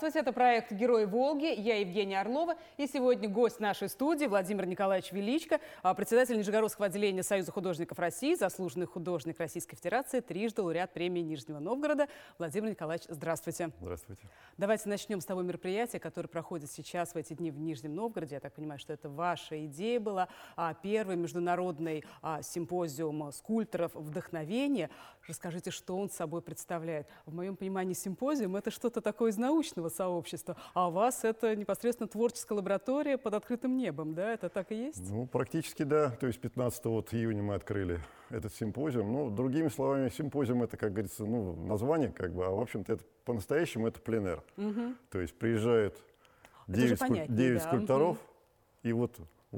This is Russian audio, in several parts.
Здравствуйте, это проект «Герои Волги». Я Евгения Орлова. И сегодня гость нашей студии Владимир Николаевич Величко, председатель Нижегородского отделения Союза художников России, заслуженный художник Российской Федерации, трижды лауреат премии Нижнего Новгорода. Владимир Николаевич, здравствуйте. Здравствуйте. Давайте начнем с того мероприятия, которое проходит сейчас в эти дни в Нижнем Новгороде. Я так понимаю, что это ваша идея была. Первый международный симпозиум скульпторов вдохновения. Расскажите, что он собой представляет. В моем понимании симпозиум — это что-то такое из научного сообщества, а у вас это непосредственно творческая лаборатория под открытым небом, да? Это так и есть? Ну, практически да. То есть 15 июня мы открыли этот симпозиум. Ну, другими словами, симпозиум — это, как говорится, ну, название, как бы, а в общем-то это по-настоящему это пленэр. То есть приезжают 9 скульпторов, и вот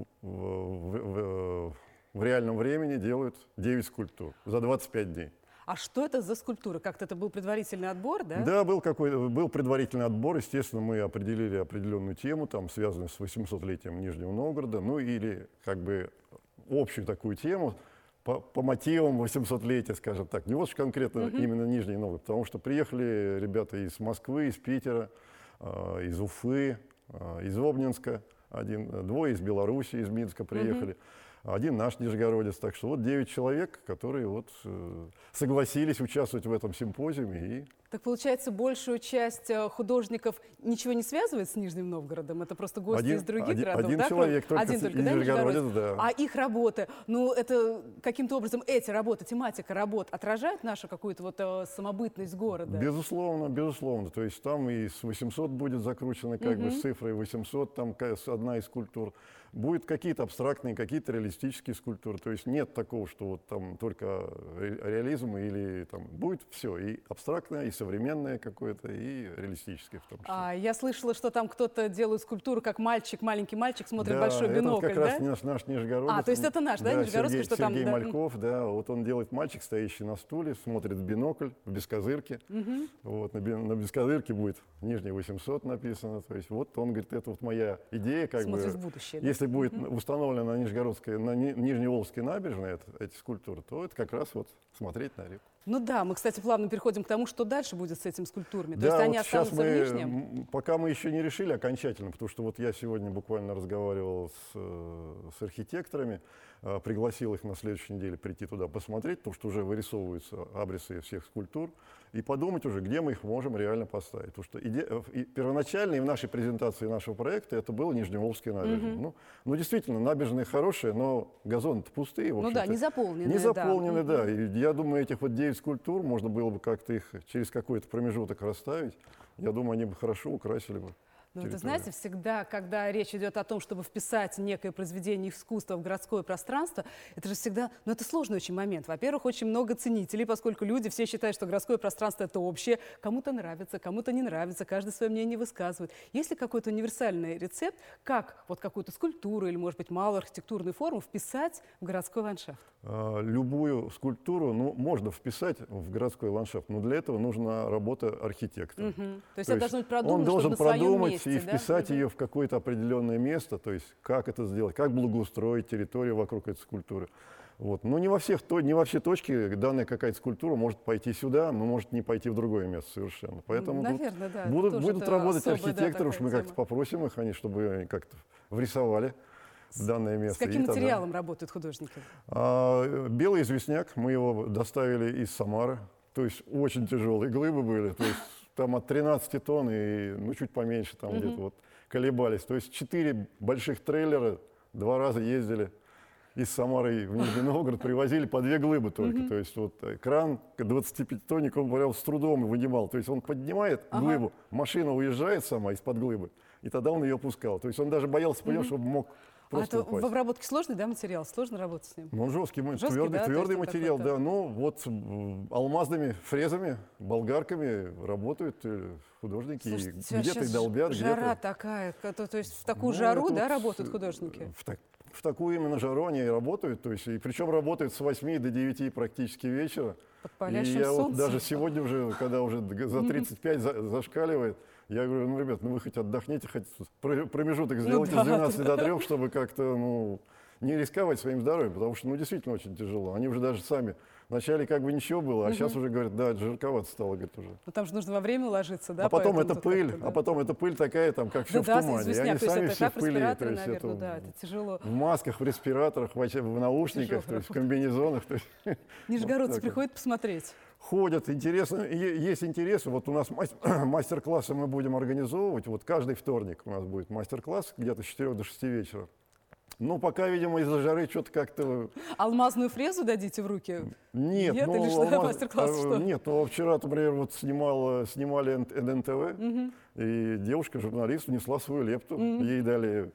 в реальном времени делают 9 скульптур за 25 дней. А что это за скульптура? Как-то это был предварительный отбор, да? Да, был предварительный отбор. Естественно, мы определили определенную тему, там, связанную с 800-летием Нижнего Новгорода, ну или как бы общую такую тему по мотивам 800-летия, скажем так. Не вот конкретно именно Нижний Новгород, потому что приехали ребята из Москвы, из Питера, из Уфы, из Обнинска, двое из Беларуси, из Минска приехали. Один наш нижегородец. Так что вот 9 человек, которые вот согласились участвовать в этом симпозиуме. Так получается, большую часть художников ничего не связывает с Нижним Новгородом? Это просто гости из других городов? Один да? человек только из Нижегородец, да. А их работы, ну это каким-то образом эти работы, тематика работ отражает нашу какую-то вот самобытность города? Безусловно, безусловно. То есть там и с 800 будет закручено как бы с цифрой 800, там одна из скульптур. Будут какие-то абстрактные, какие-то реалистические скульптуры. То есть нет такого, что вот там только реализм или там будет все. И абстрактное, и современное какое-то, и реалистическое в том числе. Я слышала, что там кто-то делает скульптуру, как мальчик, маленький мальчик смотрит большой бинокль, это как раз наш нижегородец. То есть это наш, да, нижегородский, что там? Сергей Мальков, да, вот он делает мальчик, стоящий на стуле, смотрит в бинокль, в бескозырке. Вот на бескозырке будет Нижний 800 написано. То есть вот он говорит, это вот моя идея, как смотрит бы. в будущее, да? Если будет установлена на Нижегородской, на Нижневолжской набережной эти скульптуры, то это как раз вот смотреть на реку. Ну да, мы, кстати, плавно переходим к тому, что дальше будет с этими скульптурами. То Да, есть они вот сейчас останутся в Нижнем? пока мы еще не решили окончательно, потому что вот я сегодня буквально разговаривал с архитекторами, пригласил их на следующей неделе прийти туда посмотреть, потому что уже вырисовываются абрисы всех скульптур, и подумать уже, где мы их можем реально поставить. Потому что первоначально и в нашей презентации нашего проекта это было Нижневолжская набережная. Ну, действительно, набережная хорошая, но газоны-то пустые. Ну да, не заполнены. Не заполнены, да. И я думаю, этих вот 9 скульптур можно было бы как-то их через какой-то промежуток расставить. Я думаю, они бы хорошо украсили бы. Ну, вы знаете, всегда, когда речь идет о том, чтобы вписать некое произведение искусства в городское пространство, это же всегда, ну, это сложный очень момент. Во-первых, очень много ценителей, поскольку люди все считают, что городское пространство — это общее. Кому-то нравится, кому-то не нравится, каждый свое мнение высказывает. Есть ли какой-то универсальный рецепт, как вот какую-то скульптуру или, может быть, малую архитектурную форму вписать в городской ландшафт? Любую скульптуру, ну, можно вписать в городской ландшафт, но для этого нужна работа архитектора. То есть это должно быть продумано, он должен чтобы на своем продумать месте, и вписать ее в какое-то определенное место, то есть как это сделать, как благоустроить территорию вокруг этой скульптуры. Вот. Но не во все точки данная какая-то скульптура может пойти сюда, но может не пойти в другое место совершенно. Поэтому наверное, да, будут работать особая, архитекторы, да, мы как-то попросим их, чтобы они как-то врисовали данное место. С каким материалом работают художники? Белый известняк, мы его доставили из Самары, то есть очень тяжелые глыбы были, то есть там от 13 тонн и ну, чуть поменьше там где-то вот колебались. То есть 4 больших трейлера 2 раза ездили из Самары в Нижний Новгород, привозили по 2 глыбы только. То есть вот кран 25-тонник он прям с трудом вынимал. То есть он поднимает глыбу, машина уезжает сама из-под глыбы, и тогда он ее опускал. То есть он даже боялся, чтобы мог просто упасть. В обработке сложный, да, материал? Сложно работать с ним? Ну, он жесткий, твердый материал, да. Ну, вот алмазными фрезами, болгарками работают причудники. Где-то и долбят, где-то. Жара такая, то есть в такую жару, да, работают художники? В такую именно жару они и работают, то есть, и причем работают с 8 до 9 практически вечера. Под палящим и я солнцем. Вот даже сегодня уже, когда уже за 35 зашкаливает, я говорю, ну, ребят, ну вы хоть отдохните, хоть промежуток сделайте с 12 до 3, чтобы как-то, ну, не рисковать своим здоровьем, потому что, ну, действительно очень тяжело. Они уже даже сами, вначале как бы ничего было, а сейчас уже говорят, да, жарковато стало, говорит, уже. Ну, там же нужно во время ложиться, да? А потом поэтому это тут пыль, как-то, да. а потом эта пыль такая, там, как все в Да, тумане. И известняк, они то есть сами это все как в пыли, респираторы, то есть наверное, это да, это тяжело. в масках, в респираторах, в наушниках, то есть в комбинезонах. То есть, Нижегородцы вот приходят посмотреть. ходят, интересно, есть интересы. Вот у нас мастер-классы мы будем организовывать. Вот каждый вторник у нас будет мастер-класс где-то с 4 до 6 вечера. Ну, пока, видимо, из-за жары что-то как-то... Алмазную фрезу дадите в руки? Нет, Нет, ну, или что, мастер-класс что? нет, ну, вчера, например, вот снимали ННТВ, и девушка-журналист внесла свою лепту. Ей дали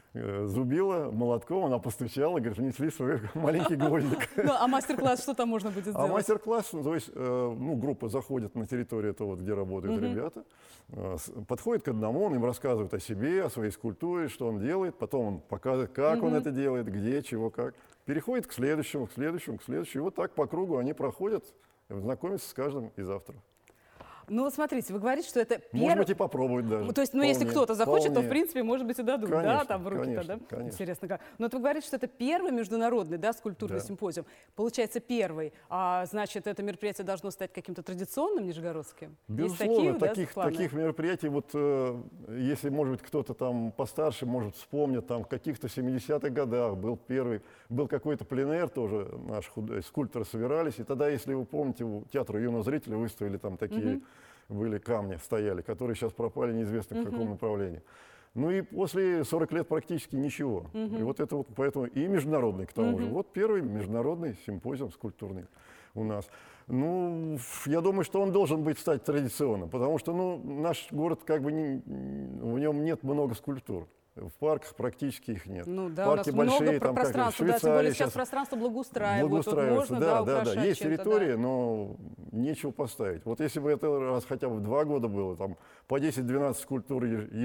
зубило молотком, она постучала, говорит, внесли свой маленький гвоздик. Ну, а мастер-класс что там можно будет А сделать? мастер-класс, ну, то есть, ну, группа заходит на территорию этого, где работают ребята, подходит к одному, он им рассказывает о себе, о своей скульптуре, что он делает, потом он показывает, как он это делает, где, чего, как. Переходит к следующему, к следующему, к следующему. И вот так по кругу они проходят, знакомятся с каждым из авторов. Ну вот смотрите, вы говорите, что это Может первый... быть, и попробуют даже. То есть, ну, если Вполне, кто-то захочет, то, в вполне. принципе, может быть, и дадут, да, Конечно, там в руки-то, конечно, да? конечно. Интересно как. Но вот вы говорите, что это первый международный, да, скульптурный Да. симпозиум. Получается, первый. А значит, это мероприятие должно стать каким-то традиционным нижегородским? Есть Безусловно, такие, да, планы? таких мероприятий, вот, если, может быть, кто-то там постарше, может, вспомнит, там в каких-то 70-х годах был первый, был какой-то пленэр тоже, наши скульпторы собирались, и тогда, если вы помните, у театра юного зрителя выставили там такие, были камни, стояли, которые сейчас пропали неизвестно в каком направлении. Ну и после 40 лет практически ничего. И вот это вот, поэтому и международный к тому же. Вот первый международный симпозиум скульптурный у нас. Ну, я думаю, что он должен быть стать традиционным, потому что, ну, наш город, как бы, в нем нет много скульптур. В парках практически их нет. Ну да, Парки у нас большие, много там, как пространства, в да, тем более Швейцарии сейчас пространство благоустраивают. Вот благоустраиваются, можно, да, украшать есть чем-то, территория, да. но нечего поставить. Вот если бы это раз хотя бы в 2 года было, там по 10-12 скульптур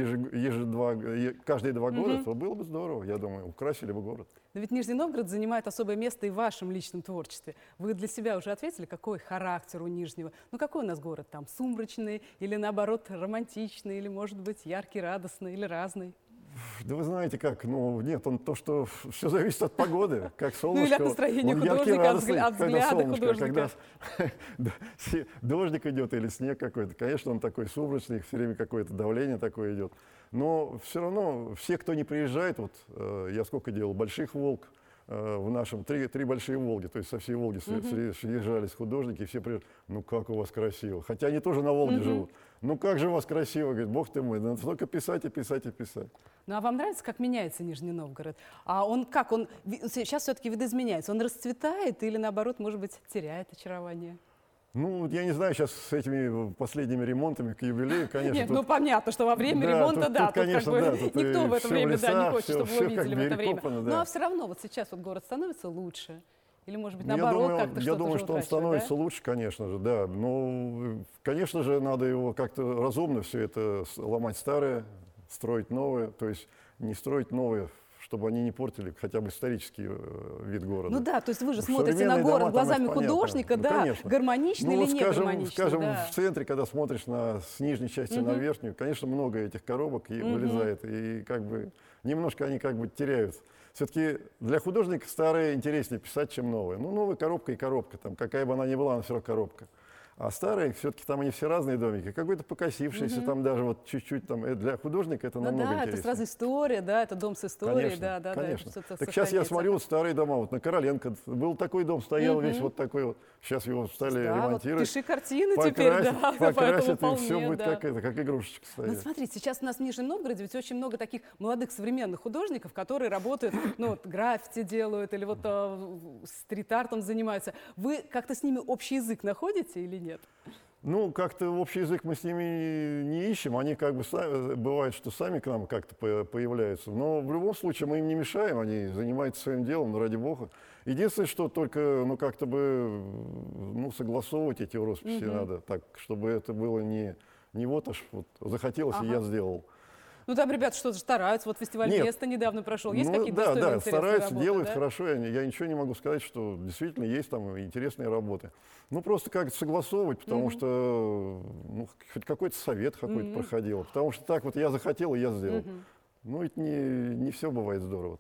каждые 2 года, то было бы здорово, я думаю, украсили бы город. Но ведь Нижний Новгород занимает особое место и в вашем личном творчестве. Вы для себя уже ответили, какой характер у Нижнего? Ну какой у нас город там? Сумрачный или наоборот романтичный, или может быть яркий, радостный или разный? Да вы знаете как, ну нет, он то, что все зависит от погоды, как солнышко. Ну или от настроения он яркий, художника, радостный, от когда взгляда солнышко, художника. когда дождик идет или снег какой-то, конечно, он такой сумрачный, все время какое-то давление такое идет. Но все равно все, кто не приезжает, вот я сколько делал больших «Волг», в нашем три большие «Волги», то есть со всей Волги съезжались художники, и все приезжают, ну как у вас красиво. Хотя они тоже на Волге живут. Ну как же у вас красиво, говорит, бог ты мой, надо только писать и писать и писать. Ну а вам нравится, как меняется Нижний Новгород? А он как? Он сейчас все-таки видоизменяется. Он расцветает или наоборот, может быть, теряет очарование? Ну, я не знаю, сейчас с этими последними ремонтами к юбилею, конечно. Нет, тут, ну понятно, что во время ремонта, да, тут конечно, как бы да, тут никто в это всё время леса, да, не хочет, всё- чтобы всё его видели как в бы это время. перекопано, Ну да. а все равно вот сейчас вот город становится лучше? Или, может быть, Ну, наоборот, как-то я что-то думаю, уже что он утрачивает, становится да? лучше, конечно же, да. Но, конечно же, надо его как-то разумно все это ломать старое, строить новое, то есть не строить новое, чтобы они не портили хотя бы исторический вид города. Ну да, то есть вы же В смотрите на современные город дома, там глазами это понятно. художника, Ну, да, конечно. гармоничный Ну, или вот не гармоничный, скажем, да. в центре, когда смотришь с нижней части на верхнюю, конечно, много этих коробок и вылезает, и как бы немножко они как бы теряют. Все-таки для художника старое интереснее писать, чем новое. Ну, новая коробка и коробка, там, какая бы она ни была, она все равно коробка. А старые, все-таки там они все разные домики, какой-то покосившийся, там даже вот чуть-чуть, там, для художника это Ну намного да, интереснее. это сразу история, да, это дом с историей, Конечно, да, конечно. это что-то Так сейчас я сохранится. смотрю, вот старые дома, вот на Короленко был такой дом, стоял весь вот такой вот, сейчас его стали Да, вот ремонтировать. пиши картины теперь, да, поэтому покрасят, и все вполне, будет да. как игрушечка Ну, стоять. смотрите, сейчас у нас в Нижнем Новгороде ведь очень много таких молодых современных художников, которые работают, ну, вот, граффити делают или вот стрит-артом занимаются. Вы как-то с ними общий язык находите или нет? Ну, как-то общий язык мы с ними не ищем, они как бы бывает, что сами к нам как-то появляются, но в любом случае мы им не мешаем, они занимаются своим делом, ну, ради бога. Единственное, что только, ну, как-то бы, ну, согласовывать эти росписи надо, так, чтобы это было не вот аж вот захотелось, и я сделал. Ну, там ребята что-то стараются, вот фестиваль Нет. «Место» недавно прошел, есть Ну, какие-то да, достойные, да, интересные стараются, работы, делают да? хорошо, я ничего не могу сказать, что действительно есть там интересные работы. Ну, просто как-то согласовывать, потому что, ну, хоть какой-то совет какой-то проходил, потому что так вот я захотел, и я сделал. Ну, это не все бывает здорово.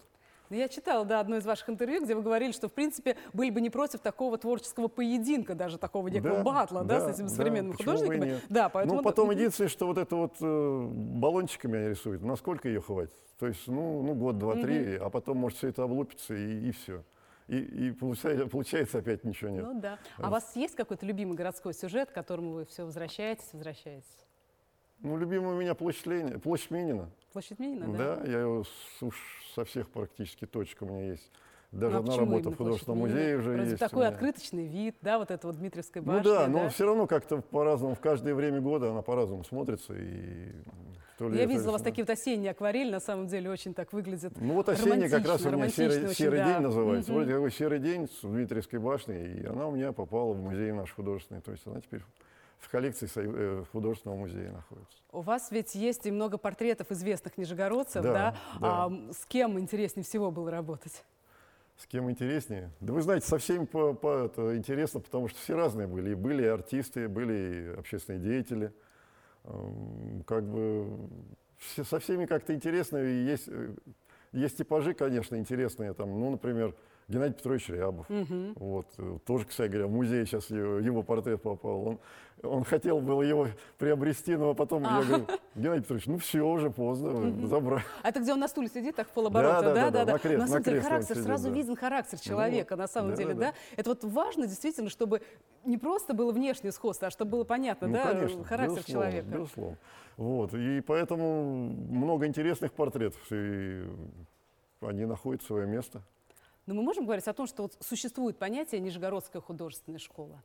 Я читала, да, одно из ваших интервью, где вы говорили, что, в принципе, были бы не против такого творческого поединка, даже такого некого батла, да, с этими современными художниками. Да, поэтому... Ну, потом единственное, что вот это вот баллончиками они рисуют, насколько ее хватит? То есть, ну год, два, три, а потом, может, все это облупится и все. И получается опять ничего нет. Ну да. А у вас есть какой-то любимый городской сюжет, к которому вы все возвращаетесь? Ну, любимый у меня площадь Ленина. Площадь Ленина, да? Да, я его уж со всех практически точек у меня есть. Даже одна почему работа в художественном музее уже есть. Такой открыточный вид, да, вот это вот Дмитриевская башня. Ну да, но все равно как-то по-разному, в каждое время года она по-разному смотрится. И я видела у вас такие вот осенние акварели, на самом деле очень так выглядят. Ну вот осенний как раз у меня серый день называется. Вроде какой серый день с Дмитриевской башней, и она у меня попала в музей наш художественный. То есть она теперь в коллекции художественного музея находится. У вас ведь есть и много портретов известных нижегородцев, да? С кем интереснее всего было работать? С кем интереснее? Да вы знаете, со всеми это интересно, потому что все разные были. И были и артисты, были и общественные деятели. Как бы со всеми как-то интересно. И есть типажи, конечно, интересные. Там, ну, например, Геннадий Петрович Рябов. Вот, тоже, кстати говоря, в музей сейчас его портрет попал. Он хотел было его приобрести, но потом я говорю: Геннадий Петрович, ну все, уже поздно, забрать. А это где он на стуле сидит, так в полоборота, да? На кресле, на самом деле характер, сразу виден характер человека, на самом деле, да? Это вот важно действительно, чтобы не просто было внешнее сходство, а чтобы было понятно, да, конечно, характер человека. Безусловно. Вот, и поэтому много интересных портретов, и они находят свое место. Но мы можем говорить о том, что вот существует понятие «Нижегородская художественная школа»?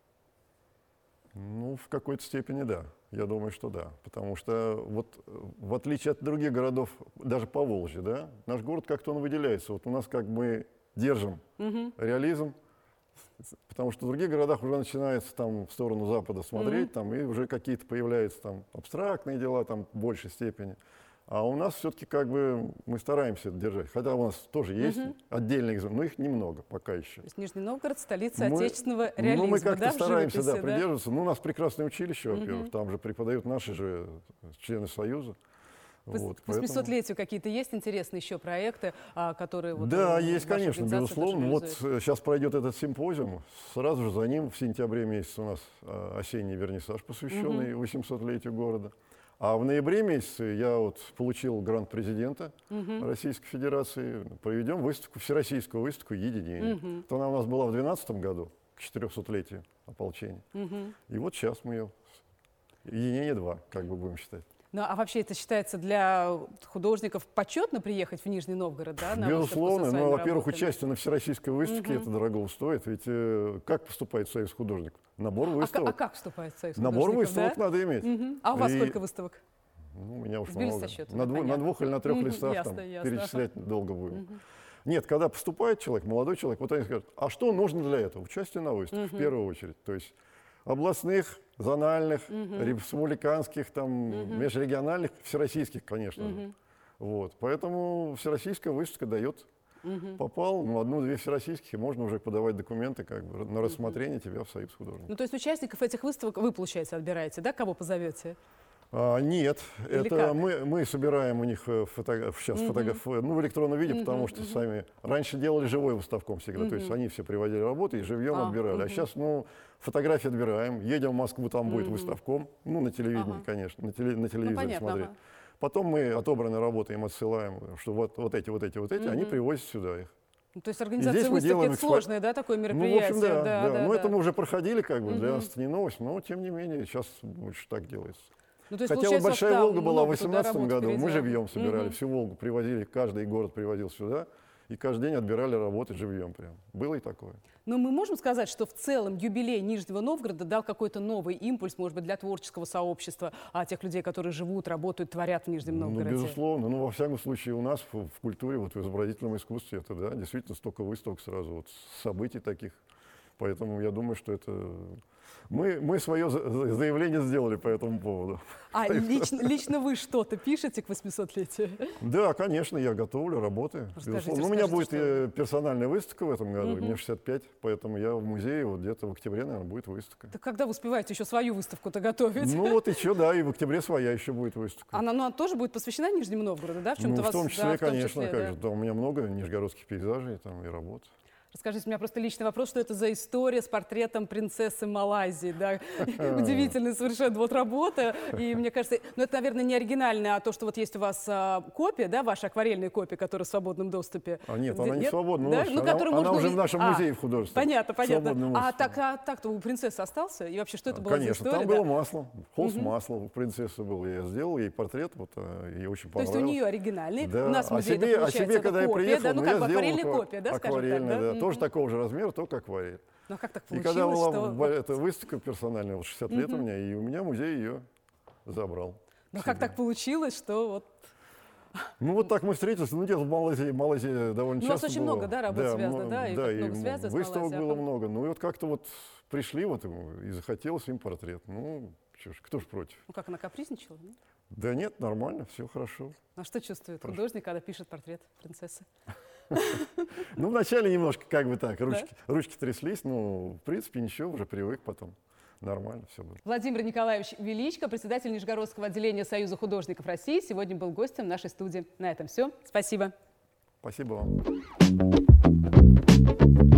Ну, в какой-то степени да. Я думаю, что да. Потому что вот в отличие от других городов, даже Поволжья, да, наш город как-то он выделяется. Вот у нас как мы держим реализм, потому что в других городах уже начинается там в сторону Запада смотреть, там, и уже какие-то появляются там абстрактные дела там в большей степени. А у нас все-таки как бы мы стараемся это держать. Хотя у нас тоже есть отдельные экземпляры, но их немного пока еще. То есть Нижний Новгород — столица отечественного реализма, ну, мы как-то стараемся живописи, придерживаться. Ну, у нас прекрасное училище, во-первых, там же преподают наши же члены Союза. К 800-летию какие-то есть интересные еще проекты, которые... Вот, да, есть, конечно, безусловно. Вот сейчас пройдет этот симпозиум. Сразу же за ним в сентябре месяце у нас осенний вернисаж, посвященный 800-летию города. А в ноябре месяце я вот получил грант президента Российской Федерации. Проведем выставку, всероссийскую выставку «Единение». Она у нас была в 2012 году, к 400-летию ополчения. И вот сейчас мы ее, «Единение 2», как бы будем считать. Ну, а вообще это считается для художников почетно приехать в Нижний Новгород, да? Безусловно, но, во-первых, участие на всероссийской выставке это дорого стоит. Ведь как поступает Союз художников? Набор выставок. А как вступает в Союз художников? Набор выставок надо иметь. А у вас сколько выставок? Ну, у меня уж сбились много. Со счета, на 2 или на 3 листах там, перечислять долго будем. Нет, когда поступает человек, молодой человек, вот они скажут: а что нужно для этого? Участие на выставке в первую очередь. То есть областных, зональных, республиканских, там, межрегиональных, всероссийских, конечно же. Вот. Поэтому всероссийская выставка дает, попал, ну, 1-2 всероссийских, и можно уже подавать документы как бы на рассмотрение тебя в Союз художников. Ну, то есть участников этих выставок вы, получается, отбираете, да, кого позовете? Нет, это мы собираем у них сейчас в электронном виде, потому что сами раньше делали живой выставком всегда, то есть они все приводили работы и живьем отбирали. А сейчас, фотографии отбираем, едем в Москву, там будет выставком, на телевидении, конечно, на телевизоре смотреть. Потом мы отобранные работы им отсылаем, что вот эти, они привозят сюда их. Ну, то есть организация выставки — это сложное, да, такое мероприятие? Ну, в общем, да. Это мы уже проходили, как бы, для нас это не новость, но тем не менее сейчас больше так делается. Ну, то есть, хотя вот «Большая Волга» была в 2018 году, впереди. Мы живьем собирали, всю Волгу привозили, каждый город привозил сюда, и каждый день отбирали работы живьем прям. Было и такое. Но мы можем сказать, что в целом юбилей Нижнего Новгорода дал какой-то новый импульс, может быть, для творческого сообщества, тех людей, которые живут, работают, творят в Нижнем Новгороде? Ну, безусловно. Во всяком случае, у нас в культуре, в изобразительном искусстве, это, да, действительно столько выставок сразу, событий таких Поэтому я думаю, что это... Мы свое заявление сделали по этому поводу. А лично вы что-то пишете к 800-летию? Да, конечно, я готовлю, работаю. Расскажите, у меня будет что... персональная выставка в этом году, мне 65, поэтому я в музее, вот где-то в октябре, наверное, будет выставка. Так когда вы успеваете еще свою выставку-то готовить? Ну вот еще, да, и в октябре своя еще будет выставка. Она тоже будет посвящена Нижнему Новгороду, да? В том числе, конечно, как же. Там у меня много нижегородских пейзажей там, и работ. Расскажите, у меня просто личный вопрос, что это за история с портретом принцессы Малайзии, да? Удивительная совершенно вот работа, и мне кажется, ну это, наверное, не оригинальная, а то, что вот есть у вас копия, да, ваша акварельная копия, которая в свободном доступе. Нет, она не свободна, да? она уже в нашем музее в художественном. Понятно. А так-то у принцессы остался? И вообще, что это было за история? Конечно, там было масло, холст масла у принцессы был, я сделал ей портрет, вот ей очень понравилось. То есть у нее оригинальный, да. У нас в музее это получается, когда я приехал, да? Ну как бы акварельная сделал копия, да, скажем так, да? Тоже такого же размера, только акварель. Ну, а как так И получилось, когда была что... эта выставка персональная, вот 60 лет у меня, и у меня музей ее забрал. Ну, как так получилось, что вот... Ну, вот так мы встретились. Ну, где-то в Малайзии довольно часто. У нас очень много, да, работ связано, да, и много связано с выставок Малайзией. было много. Ну, и вот как-то вот пришли вот ему, и захотелось им портрет. Ну, что ж, кто ж против? Ну, как, она капризничала? Нет? Да нет, нормально, все хорошо. А что чувствует художник, когда пишет портрет принцессы? Ну, вначале немножко как бы так, ручки тряслись, но, в принципе, ничего, уже привык потом. Нормально все было. Владимир Николаевич Величко, председатель Нижегородского отделения Союза художников России, сегодня был гостем нашей студии. На этом все. Спасибо. Спасибо вам.